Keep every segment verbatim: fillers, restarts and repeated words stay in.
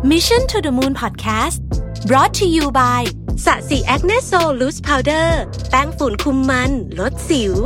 Mission to the Moon Podcast brought to you by สะสีแอคเนสโซลูสพาวเดอร์แป้งฝุ่นคุมมันลดสิว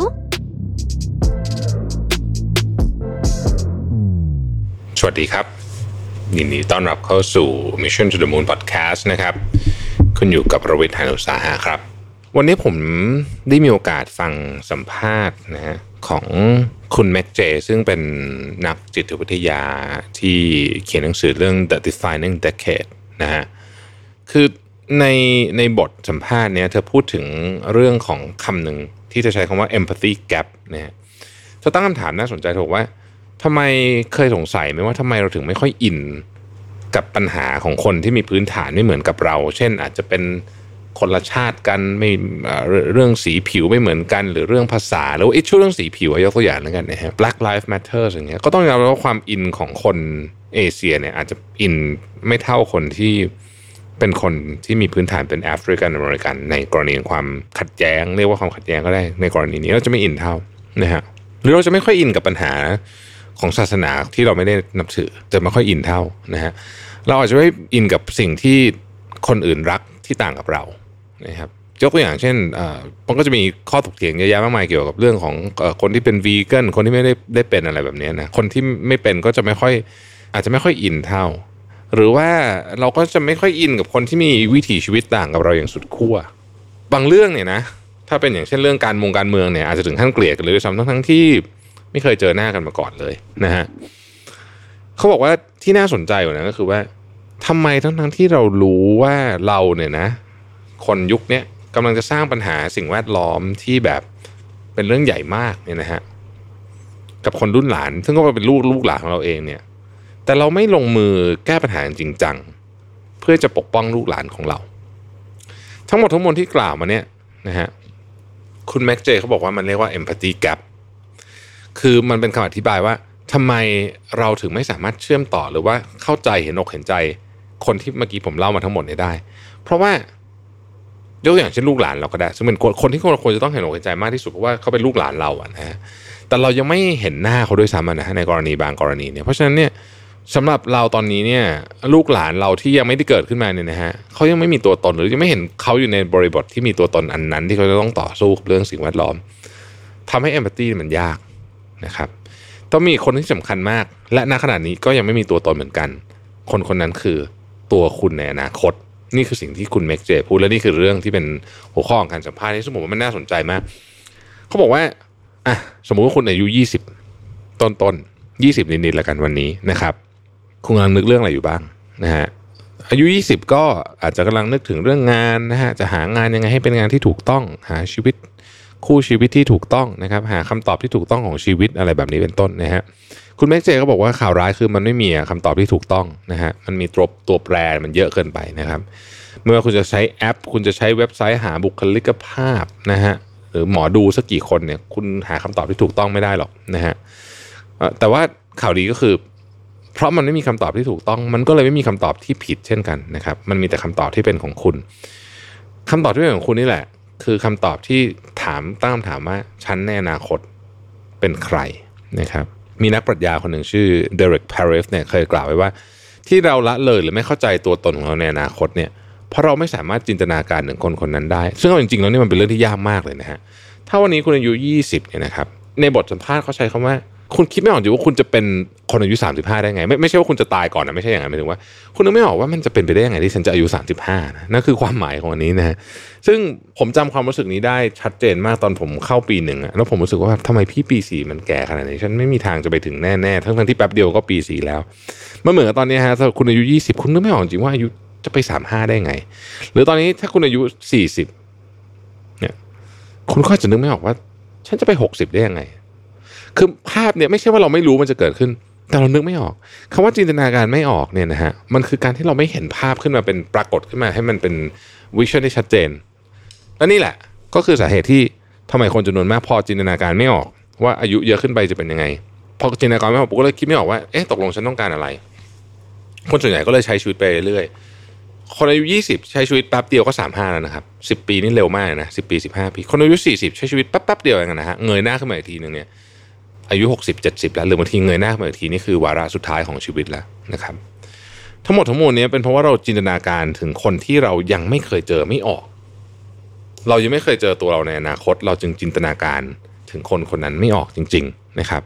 สวัสดีครับยินดีต้อนรับเข้าสู่ Mission to the Moon Podcast นะครับคุณอยู่กับรวิทย์ หาญอุตสาหะครับวันนี้ผมได้มีโอกาสฟังสัมภาษณ์นะฮะของคุณแม็กเจซึ่งเป็นนักจิตวิทยาที่เขียนหนังสือเรื่อง The Defining Decade นะฮะคือในในบทสัมภาษณ์เนี้ยเธอพูดถึงเรื่องของคำหนึ่งที่จะใช้คำว่า empathy gap นะฮะเธอตั้งคำถามน่าสนใจถูกว่าทำไมเคยสงสัยไหมว่าทำไมเราถึงไม่ค่อยอินกับปัญหาของคนที่มีพื้นฐานไม่เหมือนกับเราเช่นอาจจะเป็นคนละชาติกันไม่เรื่องสีผิวไม่เหมือนกันหรือเรื่องภาษาแล้วไอ้ช่วงเรื่องสีผิวยกตัวอย่างแล้วกันนะฮะ Black Lives Matter อย่างเงี้ยก็ต้องยอมรับว่าความอินของคนเอเชียเนี่ยอาจจะอินไม่เท่าคนที่เป็นคนที่มีพื้นฐานเป็นแอฟริกันอเมริกันในกรณีความขัดแย้งเรียกว่าความขัดแย้งก็ได้ในกรณีนี้เราจะไม่อินเท่านะฮะหรือเราจะไม่ค่อยอินกับปัญหาของศาสนาที่เราไม่ได้นับถือจะไม่ค่อยอินเท่านะฮะเราอาจจะไม่อินกับสิ่งที่คนอื่นรักที่ต่างกับเรานะครับยกตัวอย่างเช่นมันก็จะมีข้อถกเถียงเยอะแยะมากมายเกี่ยวกับเรื่องของคนที่เป็นวีแกนคนที่ไม่ได้ได้เป็นอะไรแบบนี้นะคนที่ไม่เป็นก็จะไม่ค่อยอาจจะไม่ค่อยอินเท่าหรือว่าเราก็จะไม่ค่อยอินกับคนที่มีวิถีชีวิตต่างกับเราอย่างสุดขั้วบางเรื่องเนี่ยนะถ้าเป็นอย่างเช่นเรื่องการเมืองการเมืองเนี่ยอาจจะถึงขั้นเกลียดกันเลยด้วยซ้ำทั้งทั้งที่ไม่เคยเจอหน้ากันมาก่อนเลยนะฮะเขาบอกว่าที่น่าสนใจกว่านั้นก็คือว่าทำไมทั้งทั้งที่เรารู้ว่าเราเนี่ยนะคนยุคนี้กำลังจะสร้างปัญหาสิ่งแวดล้อมที่แบบเป็นเรื่องใหญ่มากเนี่ยนะฮะกับคนรุ่นหลานซึ่งก็เป็นลูกลูกหลานของเราเองเนี่ยแต่เราไม่ลงมือแก้ปัญหาจริงจังเพื่อจะปกป้องลูกหลานของเราทั้งหมดทั้งมวลที่กล่าวมาเนี่ยนะฮะคุณแม็กเจเขาบอกว่ามันเรียกว่า empathy gap คือมันเป็นคำอธิบายว่าทำไมเราถึงไม่สามารถเชื่อมต่อหรือว่าเข้าใจเห็นอกเห็นใจคนที่เมื่อกี้ผมเล่ามาทั้งหมดนี้ได้เพราะว่ายกตัวอย่างเช่นลูกหลานเราก็ได้ซึ่งเป็นคนที่เราควรจะต้องเห็นอกเห็นใจมากที่สุดเพราะว่าเขาเป็นลูกหลานเราอะนะฮะแต่เรายังไม่เห็นหน้าเขาด้วยซ้ำนะฮะในกรณีบางกรณีเนี่ยเพราะฉะนั้นเนี่ยสำหรับเราตอนนี้เนี่ยลูกหลานเราที่ยังไม่ได้เกิดขึ้นมาเนี่ยนะฮะเขายังไม่มีตัวตนหรือยังไม่เห็นเขาอยู่ในบริบทที่มีตัวตนอันนั้นที่เขาจะต้องต่อสู้กับเรื่องสิ่งแวดล้อมทำให้เอมพัตตีมันยากนะครับต้องมีคนที่สำคัญมากและณขณะนี้ก็ยังไม่มีตัวตนเหมือนกันคนคนนั้นคือตัวคุณในอนาคตนี่คือสิ่งที่คุณเมกเจพูดและนี่คือเรื่องที่เป็นหัวข้อของการสัมภาษณ์ที่สมมติว่ามันน่าสนใจมากเขาบอกว่าอ่ะสมมุติว่าคุณอายุยี่สิบต้นๆยี่สิบนิดๆแล้วกันวันนี้นะครับคุณกำลังนึกเรื่องอะไรอยู่บ้างนะฮะอายุยี่สิบก็อาจจะกำลังนึกถึงเรื่องงานนะฮะจะหางานยังไงให้เป็นงานที่ถูกต้องหาชีวิตคู่ชีวิตที่ถูกต้องนะครับหาคำตอบที่ถูกต้องของชีวิตอะไรแบบนี้เป็นต้นนะฮะคุณแม็กเจก็บอกว่าข่าวร้ายคือมันไม่มีคำตอบที่ถูกต้องนะฮะมันมีตัวตัวแปรมันเยอะเกินไปนะครับไม่ว่าคุณจะใช้แอปคุณจะใช้เว็บไซต์หาบุคลิกภาพนะฮะหรือหมอดูสักกี่คนเนี่ยคุณหาคำตอบที่ถูกต้องไม่ได้หรอกนะฮะแต่ว่าข่าวดีก็คือเพราะมันไม่มีคำตอบที่ถูกต้องมันก็เลยไม่มีคำตอบที่ผิดเช่นกันนะครับมันมีแต่คำตอบที่เป็นของคุณคำตอบที่เป็นของคุณนี่แหละคือคำตอบที่ถามตั้งคำถามว่าฉันในอนาคตเป็นใครนะครับมีนักปรัชญาคนหนึ่งชื่อเดเร็ก พาเรฟเนี่ยเคยกล่าวไว้ว่าที่เราละเลยหรือไม่เข้าใจตัวตนของเราในอนาคตเนี่ยเพราะเราไม่สามารถจินตนาการถึงคนคนนั้นได้ซึ่งเอาจริงๆแล้วนี่มันเป็นเรื่องที่ยากมากเลยนะฮะถ้าวันนี้คุณอายุยี่สิบเนี่ยนะครับในบทสัมภาษณ์เขาใช้คำว่าคุณคิดไม่ออกจริงว่าคุณจะเป็นคนอายุสามสิบห้าได้ไงไม่ไม่ใช่ว่าคุณจะตายก่อนนะไม่ใช่อย่างนั้นหมายถึงว่าคุณนึกไม่ออกว่ามันจะเป็นไปได้ยังไงที่ฉันจะอายุสามสิบห้านะนั่นคือความหมายของอันนี้นะฮะซึ่งผมจำความรู้สึกนี้ได้ชัดเจนมากตอนผมเข้าปีหนึ่งอะแล้วผมรู้สึกว่าทำไมพี่ปีสี่มันแก่ขนาดนี้ฉันไม่มีทางจะไปถึงแน่ๆทั้งๆที่แป๊บเดียวก็ปีสี่แล้วมันเหมือนกับตอนนี้ฮะถ้าคุณอายุยี่สิบคุณนึกไม่ออกจริงว่าอายุจะไปสามสิบห้าได้ไงหรือตอนนี้ถ้าคุณอายุสี่สิบเนี่ยคุณก็จะนึกไม่ออกว่าฉันจะไปหกสิบได้ยังไงคือภาพเนี่ยไม่ใช่ว่าเราไม่รู้มันจะเกิดขึ้นแต่เรานึกไม่ออกคำว่าจินตนาการไม่ออกเนี่ยนะฮะมันคือการที่เราไม่เห็นภาพขึ้นมาเป็นปรากฏขึ้นมาให้มันเป็นวิชั่นที่ชัดเจนและนี่แหละก็คือสาเหตุที่ทำไมคนจำนวนมากพอจินตนาการไม่ออกว่าอายุเยอะขึ้นไปจะเป็นยังไงพอจินตนาการไม่ออกปุ๊บก็เลยคิดไม่ออกว่าเอ๊ะตกลงฉันต้องการอะไรคนส่วนใหญ่ก็เลยใช้ชีวิตไปเรื่อยๆคนอายุยี่สิบใช้ชีวิตแป๊บเดียวก็สามสิบห้าแล้วนะครับสิบปีนี่เร็วมากนะสิบปีสิบห้าปีคนอายุสี่สิบใช้ชีวิตแป๊บๆเดียวเองนะฮะเงยหน้าขึ้นมาอีกทีนึงเนี่ยอายุหกสิบ เจ็ดสิบแล้วหรือบางทีเงยหน้าขึ้นมาอีกทีนี่คือวาระสุดท้ายของชีวิตแล้วนะครับทั้งหมดทั้งมวลนี้เป็นเพราะว่าเราจินตนาการถึงคนที่เรายังไม่เคยเจอไม่ออกเรายังไม่เคยเจอตัวเราในอนาคตเราจึงจินตนาการถึงคนคนนั้นไม่ออกจริงๆนะครับ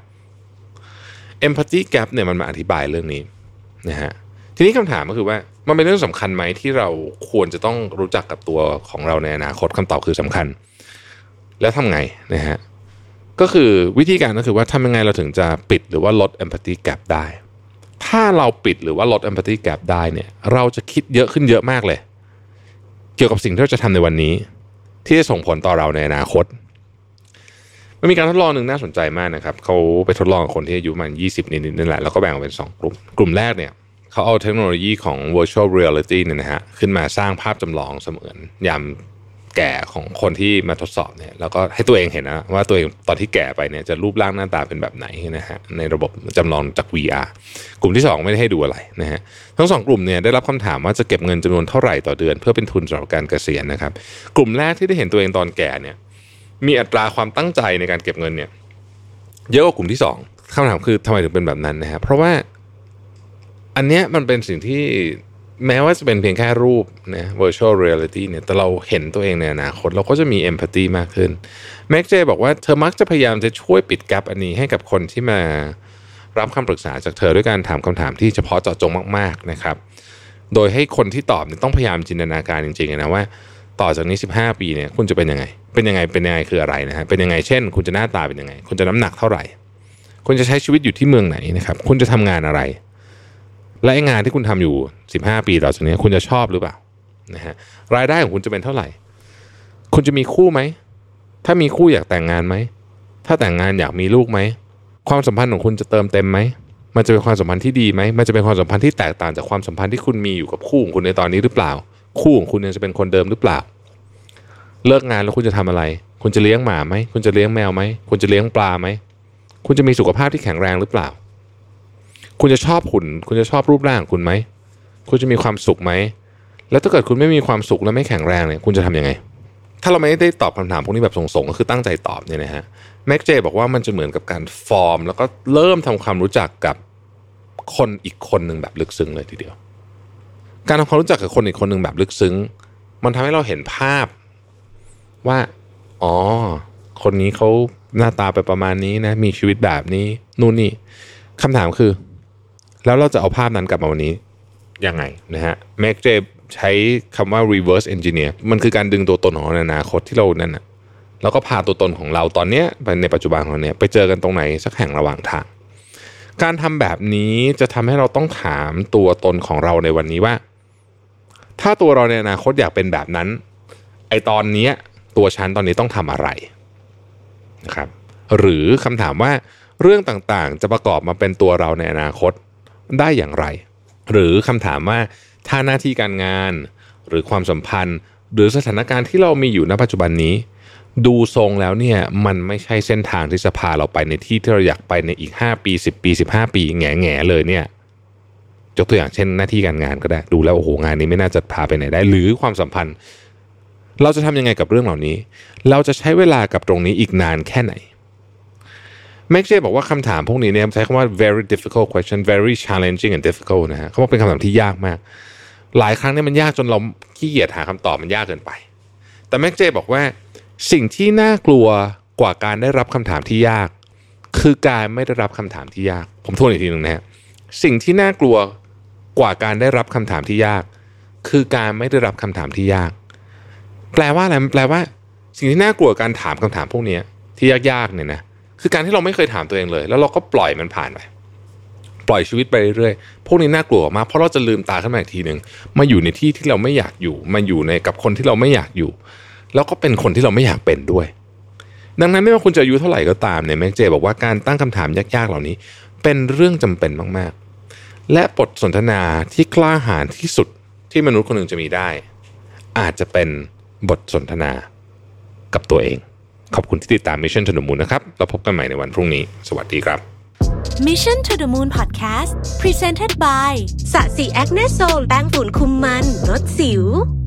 Empathy Gap เนี่ยมันมาอธิบายเรื่องนี้นะฮะทีนี้คำถามก็คือว่ามันเป็นเรื่องสำคัญไหมที่เราควรจะต้องรู้จักกับตัวของเราในอนาคตคำตอบคือสำคัญแล้วทำไงนะฮะก็คือวิธีการก็คือว่าทำยังไงเราถึงจะปิดหรือว่าลด Empathy Gap ได้ถ้าเราปิดหรือว่าลด Empathy Gap ได้เนี่ยเราจะคิดเยอะขึ้นเยอะมากเลยเกี่ยวกับสิ่งที่เราจะทำในวันนี้ที่จะส่งผลต่อเราในอนาคตมันมีการทดลองหนึ่งน่าสนใจมากนะครับเขาไปทดลองกับคนที่อายุประมาณยี่สิบนิดๆนั่นแหละแล้วก็แบ่งออกเป็นสองกลุ่มกลุ่มแรกเนี่ยเขาเอาเทคโนโลยีของ virtual reality เนี่ยนะฮะขึ้นมาสร้างภาพจำลองเสมือนยามแก่ของคนที่มาทดสอบเนี่ยแล้วก็ให้ตัวเองเห็นนะว่าตัวเองตอนที่แก่ไปเนี่ยจะรูปร่างหน้าตาเป็นแบบไหนนะฮะในระบบจำลองจาก วี อาร์ กลุ่มที่สองไม่ได้ให้ดูอะไรนะฮะทั้งสองกลุ่มเนี่ยได้รับคำถามว่าจะเก็บเงินจำนวนเท่าไหร่ต่อเดือนเพื่อเป็นทุนสำหรับการเกษียณนะครับกลุ่มแรกที่ได้เห็นตัวเองตอนแก่เนี่ยมีอัตราความตั้งใจในการเก็บเงินเนี่ยเยอะกว่ากลุ่มที่สองคำถามคือทำไมถึงเป็นแบบนั้นนะฮะเพราะว่าอันเนี้ยมันเป็นสิ่งที่แม้ว่าจะเป็นเพียงแค่รูปนะ virtual reality เนี่ยแต่เราเห็นตัวเองในอนาคตเราก็จะมี empathy มากขึ้นแม็กเจบอกว่าเธอมักจะพยายามจะช่วยปิดแกปอันนี้ให้กับคนที่มารับคำปรึกษาจากเธอด้วยการถามคำถามที่เฉพาะเจาะจงมากๆนะครับโดยให้คนที่ตอบเนี่ยต้องพยายามจินตนาการจริงๆนะว่าต่อจากนี้สิบห้าปีเนี่ยคุณจะเป็นยังไงเป็นยังไงเป็นยังไงคืออะไรนะฮะเป็นยังไงเช่นคุณจะหน้าตาเป็นยังไงคุณจะน้ำหนักเท่าไหร่คุณจะใช้ชีวิตอยู่ที่เมืองไหนนะครับคุณจะทำงานอะไรและงานที่คุณทำอยู่สิบห้าปีต่อจากนี้คุณจะชอบหรือเปล่านะฮะรายได้ของคุณจะเป็นเท่าไหร่คุณจะมีคู่ไหมถ้ามีคู่อยากแต่งงานไหมถ้าแต่งงานอยากมีลูกไหมความสัมพันธ์ของคุณจะเติมเต็มไหมมันจะเป็นความสัมพันธ์ที่ดีไหมมันจะเป็นความสัมพันธ์ที่แตกต่างจากความสัมพันธ์ที่คุณมีอยู่กับคู่ของคุณในตอนนี้หรือเปล่าคู่ของคุณยังจะเป็นคนเดิมหรือเปล่าเลิกงานแล้วคุณจะทำอะไรคุณจะเลี้ยงหมาไหมคุณจะเลี้ยงแมวไหมคุณจะเลี้ยงปลาไหมคุณจะมีสุขภาพที่แข็งแรงหรือเปล่าคุณจะชอบหุ่นคุณจะชอบรูปร่างของคุณไหมคุณจะมีความสุขไหมแล้วถ้าเกิดคุณไม่มีความสุขและไม่แข็งแรงเนี่ยคุณจะทำยังไงถ้าเราไม่ได้ตอบคำถามพวกนี้แบบส่งๆก็คือตั้งใจตอบเนี่ยนะฮะแม็กเจบอกว่ามันจะเหมือนกับการฟอร์มแล้วก็เริ่มทำความรู้จักกับคนอีกคนหนึ่งแบบลึกซึ้งเลยทีเดียวการทำความรู้จักกับคนอีกคนหนึ่งแบบลึกซึ้งมันทำให้เราเห็นภาพว่าอ๋อคนนี้เขาหน้าตาไปประมาณนี้นะมีชีวิตแบบนี้นู่นนี่คำถามคือแล้วเราจะเอาภาพนั้นกลับมาวันนี้ยังไงนะฮะแม็กเจใช้คำว่า reverse engineer มันคือการดึงตัวตนของเราในอนาคตที่เรานั่นนะแล้วก็พาตัวตนของเราตอนนี้ในปัจจุบันของเราเนี่ยไปเจอกันตรงไหนสักแห่งระหว่างทางการทำแบบนี้จะทำให้เราต้องถามตัวตนของเราในวันนี้ว่าถ้าตัวเราในอนาคตอยากเป็นแบบนั้นไอตอนนี้ตัวฉันตอนนี้ต้องทำอะไรนะครับหรือคำถามว่าเรื่องต่างๆจะประกอบมาเป็นตัวเราในอนาคตได้อย่างไรหรือคำถามว่าถ้าหน้าที่การงานหรือความสัมพันธ์หรือสถานการณ์ที่เรามีอยู่ณปัจจุบันนี้ดูทรงแล้วเนี่ยมันไม่ใช่เส้นทางที่จะพาเราไปในที่ที่เราอยากไปในอีกห้าปีสิบปีสิบห้าปีแง่ๆเลยเนี่ยยกตัวอย่างเช่นหน้าที่การงานก็ได้ดูแล้วโอ้โหงานนี้ไม่น่าจะพาไปไหนได้หรือความสัมพันธ์เราจะทำยังไงกับเรื่องเหล่านี้เราจะใช้เวลากับตรงนี้อีกนานแค่ไหนแม็กเจบอกว่าคำถามพวกนี้เนี่ยใช้คำว่า very difficult question very challenging and difficult นะฮะเขาบอกเป็นคำถามที่ยากมากหลายครั้งเนี่ยมันยากจนเราขี้เกียจหาคำตอบมันยากเกินไปแต่แม็กเจบอกว่าสิ่งที่น่ากลัวกว่าการได้รับคำถามที่ยากคือการไม่ได้รับคำถามที่ยากผมทวนอีกทีนึงนะฮะสิ่งที่น่ากลัวกว่าการได้รับคำถามที่ยากคือการไม่ได้รับคำถามที่ยากแปลว่าอะไรมันแปลว่าสิ่งที่น่ากลัวการถามคำถามพวกนี้ที่ยากๆเนี่ยนะคือการที่เราไม่เคยถามตัวเองเลยแล้วเราก็ปล่อยมันผ่านไปปล่อยชีวิตไปเรื่อยๆพวกนี้น่ากลัวมากเพราะเราจะลืมตาขึ้นมาอีกทีนึงมาอยู่ในที่ที่เราไม่อยากอยู่มาอยู่ในกับคนที่เราไม่อยากอยู่แล้วก็เป็นคนที่เราไม่อยากเป็นด้วยดังนั้นไม่ว่าคุณจะอายุเท่าไหร่ก็ตามเนี่ยแม็กเจบอกว่าการตั้งคำถามยากๆเหล่านี้เป็นเรื่องจำเป็นมากๆและบทสนทนาที่กล้าหาญที่สุดที่มนุษย์คนหนึ่งจะมีได้อาจจะเป็นบทสนทนากับตัวเองขอบคุณที่ติดตาม Mission to the Moon นะครับเราพบกันใหม่ในวันพรุ่งนี้สวัสดีครับ Mission to the Moon Podcast Presented by สะสีแอคเนสโซลแป้งฝุ่นคุมมันลดสิว